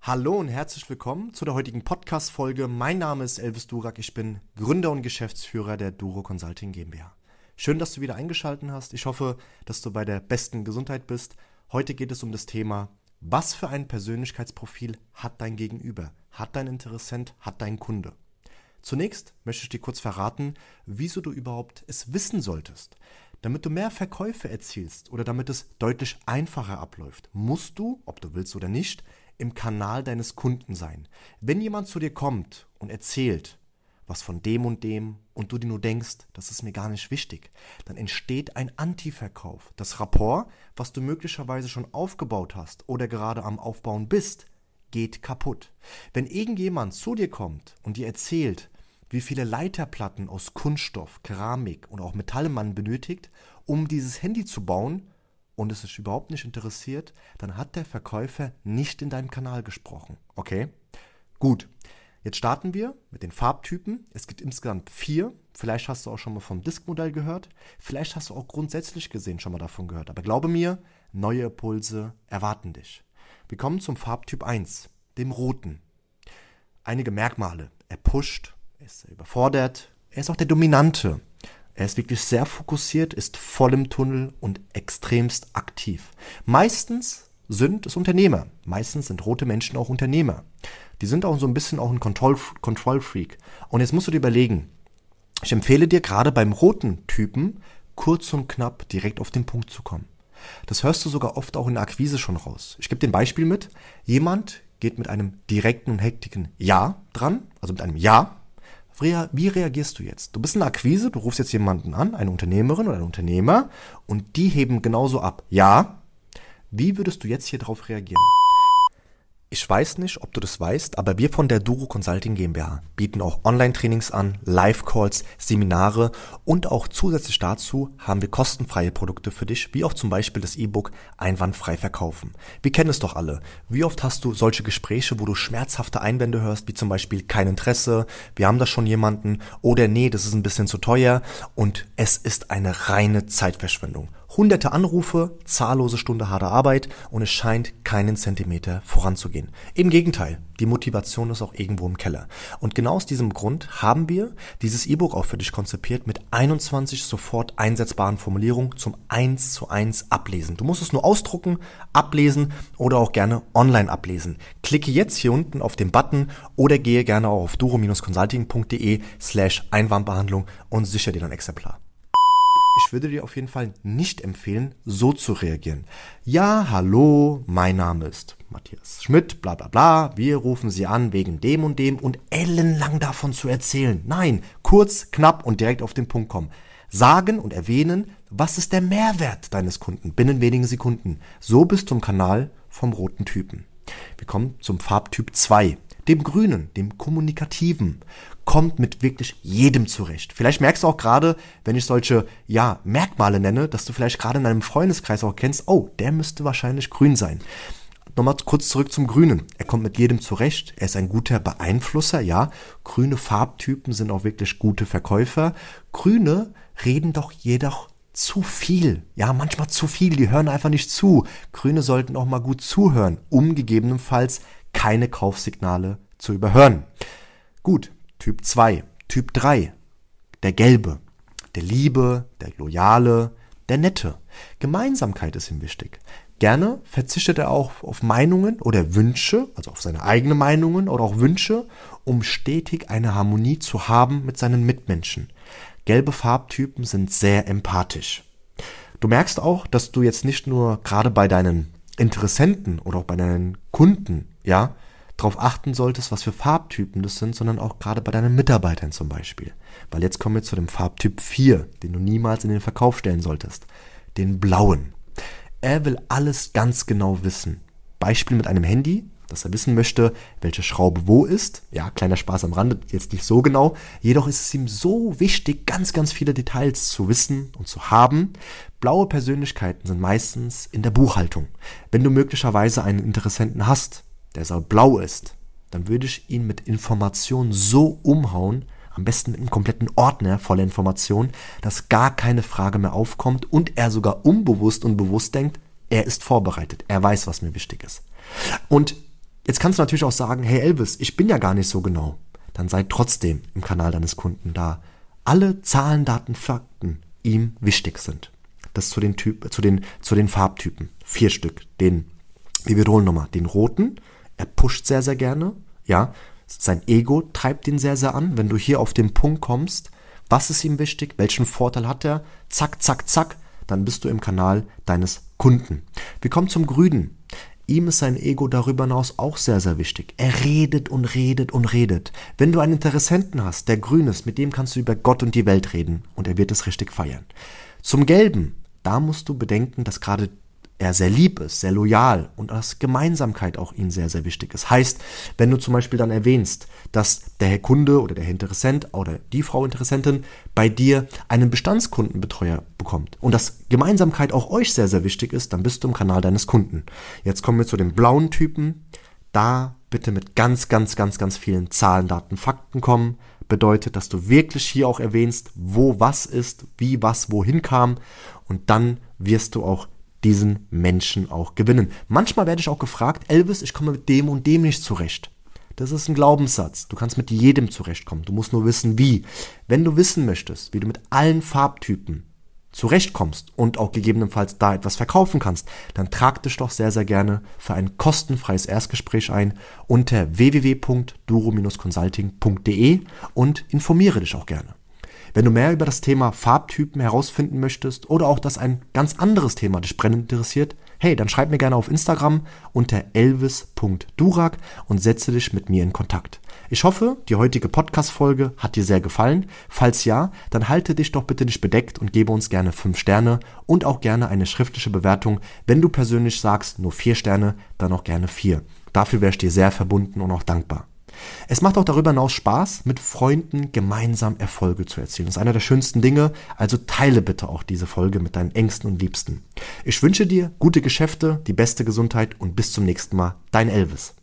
Hallo und herzlich willkommen zu der heutigen Podcast-Folge. Mein Name ist Elvis Durak, ich bin Gründer und Geschäftsführer der Duro Consulting GmbH. Schön, dass du wieder eingeschaltet hast. Ich hoffe, dass du bei der besten Gesundheit bist. Heute geht es um das Thema, was für ein Persönlichkeitsprofil hat dein Gegenüber, hat dein Interessent, hat dein Kunde. Zunächst möchte ich dir kurz verraten, wieso du überhaupt es wissen solltest. Damit du mehr Verkäufe erzielst oder damit es deutlich einfacher abläuft, musst du, ob du willst oder nicht, im Kanal deines Kunden sein. Wenn jemand zu dir kommt und erzählt, was von dem und du dir nur denkst, das ist mir gar nicht wichtig, dann entsteht ein Anti-Verkauf. Das Rapport, was du möglicherweise schon aufgebaut hast oder gerade am Aufbauen bist, geht kaputt. Wenn irgendjemand zu dir kommt und dir erzählt, wie viele Leiterplatten aus Kunststoff, Keramik und auch Metall man benötigt, um dieses Handy zu bauen, und es ist überhaupt nicht interessiert, dann hat der Verkäufer nicht in deinem Kanal gesprochen. Okay? Gut. Jetzt starten wir mit den Farbtypen. Es gibt insgesamt 4. Vielleicht hast du auch schon mal vom Disk-Modell gehört. Vielleicht hast du auch grundsätzlich gesehen schon mal davon gehört. Aber glaube mir, neue Impulse erwarten dich. Wir kommen zum Farbtyp 1, dem Roten. Einige Merkmale. Er pusht, er ist überfordert, er ist auch der Dominante. Er ist wirklich sehr fokussiert, ist voll im Tunnel und extremst aktiv. Meistens sind es Unternehmer. Meistens sind rote Menschen auch Unternehmer. Die sind auch so ein bisschen auch ein Control-Freak. Und jetzt musst du dir überlegen, ich empfehle dir gerade beim roten Typen, kurz und knapp direkt auf den Punkt zu kommen. Das hörst du sogar oft auch in der Akquise schon raus. Ich gebe dir ein Beispiel mit. Jemand geht mit einem direkten und hektigen Ja dran, also mit einem Ja. Wie reagierst du jetzt? Du bist in der Akquise, du rufst jetzt jemanden an, eine Unternehmerin oder einen Unternehmer, und die heben genauso ab. Ja, wie würdest du jetzt hier drauf reagieren? Ich weiß nicht, ob du das weißt, aber wir von der Duro Consulting GmbH bieten auch Online-Trainings an, Live-Calls, Seminare und auch zusätzlich dazu haben wir kostenfreie Produkte für dich, wie auch zum Beispiel das E-Book Einwandfrei verkaufen. Wir kennen es doch alle. Wie oft hast du solche Gespräche, wo du schmerzhafte Einwände hörst, wie zum Beispiel kein Interesse, wir haben da schon jemanden oder nee, das ist ein bisschen zu teuer und es ist eine reine Zeitverschwendung. Hunderte Anrufe, zahllose Stunde harte Arbeit und es scheint keinen Zentimeter voranzugehen. Im Gegenteil, die Motivation ist auch irgendwo im Keller. Und genau aus diesem Grund haben wir dieses E-Book auch für dich konzipiert mit 21 sofort einsetzbaren Formulierungen zum 1:1 Ablesen. Du musst es nur ausdrucken, ablesen oder auch gerne online ablesen. Klicke jetzt hier unten auf den Button oder gehe gerne auch auf duro-consulting.de/Einwandbehandlung und sichere dir ein Exemplar. Ich würde dir auf jeden Fall nicht empfehlen, so zu reagieren. Ja, hallo, mein Name ist Matthias Schmidt, bla bla bla, wir rufen Sie an wegen dem und ellenlang davon zu erzählen. Nein, kurz, knapp und direkt auf den Punkt kommen. Sagen und erwähnen, was ist der Mehrwert deines Kunden binnen wenigen Sekunden. So bist du im Kanal vom roten Typen. Wir kommen zum Farbtyp 2. Dem Grünen, dem Kommunikativen, kommt mit wirklich jedem zurecht. Vielleicht merkst du auch gerade, wenn ich solche Merkmale nenne, dass du vielleicht gerade in einem Freundeskreis auch kennst, oh, der müsste wahrscheinlich grün sein. Nochmal kurz zurück zum Grünen. Er kommt mit jedem zurecht, er ist ein guter Beeinflusser, ja. Grüne Farbtypen sind auch wirklich gute Verkäufer. Grüne reden doch jedoch zu viel. Ja, manchmal zu viel, die hören einfach nicht zu. Grüne sollten auch mal gut zuhören, um gegebenenfalls keine Kaufsignale zu überhören. Gut, Typ 2, Typ 3, der Gelbe, der Liebe, der Loyale, der Nette. Gemeinsamkeit ist ihm wichtig. Gerne verzichtet er auch auf Meinungen oder Wünsche, also auf seine eigenen Meinungen oder auch Wünsche, um stetig eine Harmonie zu haben mit seinen Mitmenschen. Gelbe Farbtypen sind sehr empathisch. Du merkst auch, dass du jetzt nicht nur gerade bei deinen Interessenten oder auch bei deinen Kunden, darauf achten solltest, was für Farbtypen das sind, sondern auch gerade bei deinen Mitarbeitern zum Beispiel. Weil jetzt kommen wir zu dem Farbtyp 4, den du niemals in den Verkauf stellen solltest. Den Blauen. Er will alles ganz genau wissen. Beispiel mit einem Handy, dass er wissen möchte, welche Schraube wo ist. Ja, kleiner Spaß am Rande, jetzt nicht so genau. Jedoch ist es ihm so wichtig, ganz, ganz viele Details zu wissen und zu haben. Blaue Persönlichkeiten sind meistens in der Buchhaltung. Wenn du möglicherweise einen Interessenten hast, der so blau ist, dann würde ich ihn mit Informationen so umhauen, am besten mit einem kompletten Ordner voller Informationen, dass gar keine Frage mehr aufkommt und er sogar unbewusst und bewusst denkt, er ist vorbereitet, er weiß, was mir wichtig ist. Und Jetzt kannst du natürlich auch sagen, hey Elvis, ich bin ja gar nicht so genau. Dann sei trotzdem im Kanal deines Kunden, da alle Zahlen, Daten, Fakten ihm wichtig sind. Das zu den Farbtypen. 4 Stück. Wir wiederholen nochmal, den roten, er pusht sehr, sehr gerne. Ja, sein Ego treibt ihn sehr, sehr an. Wenn du hier auf den Punkt kommst, was ist ihm wichtig, welchen Vorteil hat er, zack, zack, zack, dann bist du im Kanal deines Kunden. Wir kommen zum Grünen. Ihm ist sein Ego darüber hinaus auch sehr, sehr wichtig. Er redet und redet und redet. Wenn du einen Interessenten hast, der grün ist, mit dem kannst du über Gott und die Welt reden und er wird es richtig feiern. Zum Gelben, da musst du bedenken, dass gerade er sehr lieb ist, sehr loyal und dass Gemeinsamkeit auch ihm sehr, sehr wichtig ist. Heißt, wenn du zum Beispiel dann erwähnst, dass der Herr Kunde oder der Herr Interessent oder die Frau Interessentin bei dir einen Bestandskundenbetreuer bekommt und dass Gemeinsamkeit auch euch sehr, sehr wichtig ist, dann bist du im Kanal deines Kunden. Jetzt kommen wir zu den blauen Typen. Da bitte mit ganz, ganz, ganz, ganz vielen Zahlen, Daten, Fakten kommen. Bedeutet, dass du wirklich hier auch erwähnst, wo was ist, wie was wohin kam und dann wirst du auch diesen Menschen auch gewinnen. Manchmal werde ich auch gefragt, Elvis, ich komme mit dem und dem nicht zurecht. Das ist ein Glaubenssatz. Du kannst mit jedem zurechtkommen. Du musst nur wissen, wie. Wenn du wissen möchtest, wie du mit allen Farbtypen zurechtkommst und auch gegebenenfalls da etwas verkaufen kannst, dann trag dich doch sehr, sehr gerne für ein kostenfreies Erstgespräch ein unter www.duro-consulting.de und informiere dich auch gerne. Wenn du mehr über das Thema Farbtypen herausfinden möchtest oder auch, dass ein ganz anderes Thema dich brennend interessiert, hey, dann schreib mir gerne auf Instagram unter elvis.durak und setze dich mit mir in Kontakt. Ich hoffe, die heutige Podcast-Folge hat dir sehr gefallen. Falls ja, dann halte dich doch bitte nicht bedeckt und gebe uns gerne 5 Sterne und auch gerne eine schriftliche Bewertung. Wenn du persönlich sagst, nur 4 Sterne, dann auch gerne 4. Dafür wäre ich dir sehr verbunden und auch dankbar. Es macht auch darüber hinaus Spaß, mit Freunden gemeinsam Erfolge zu erzielen. Das ist einer der schönsten Dinge, also teile bitte auch diese Folge mit deinen Ängsten und Liebsten. Ich wünsche dir gute Geschäfte, die beste Gesundheit und bis zum nächsten Mal. Dein Elvis.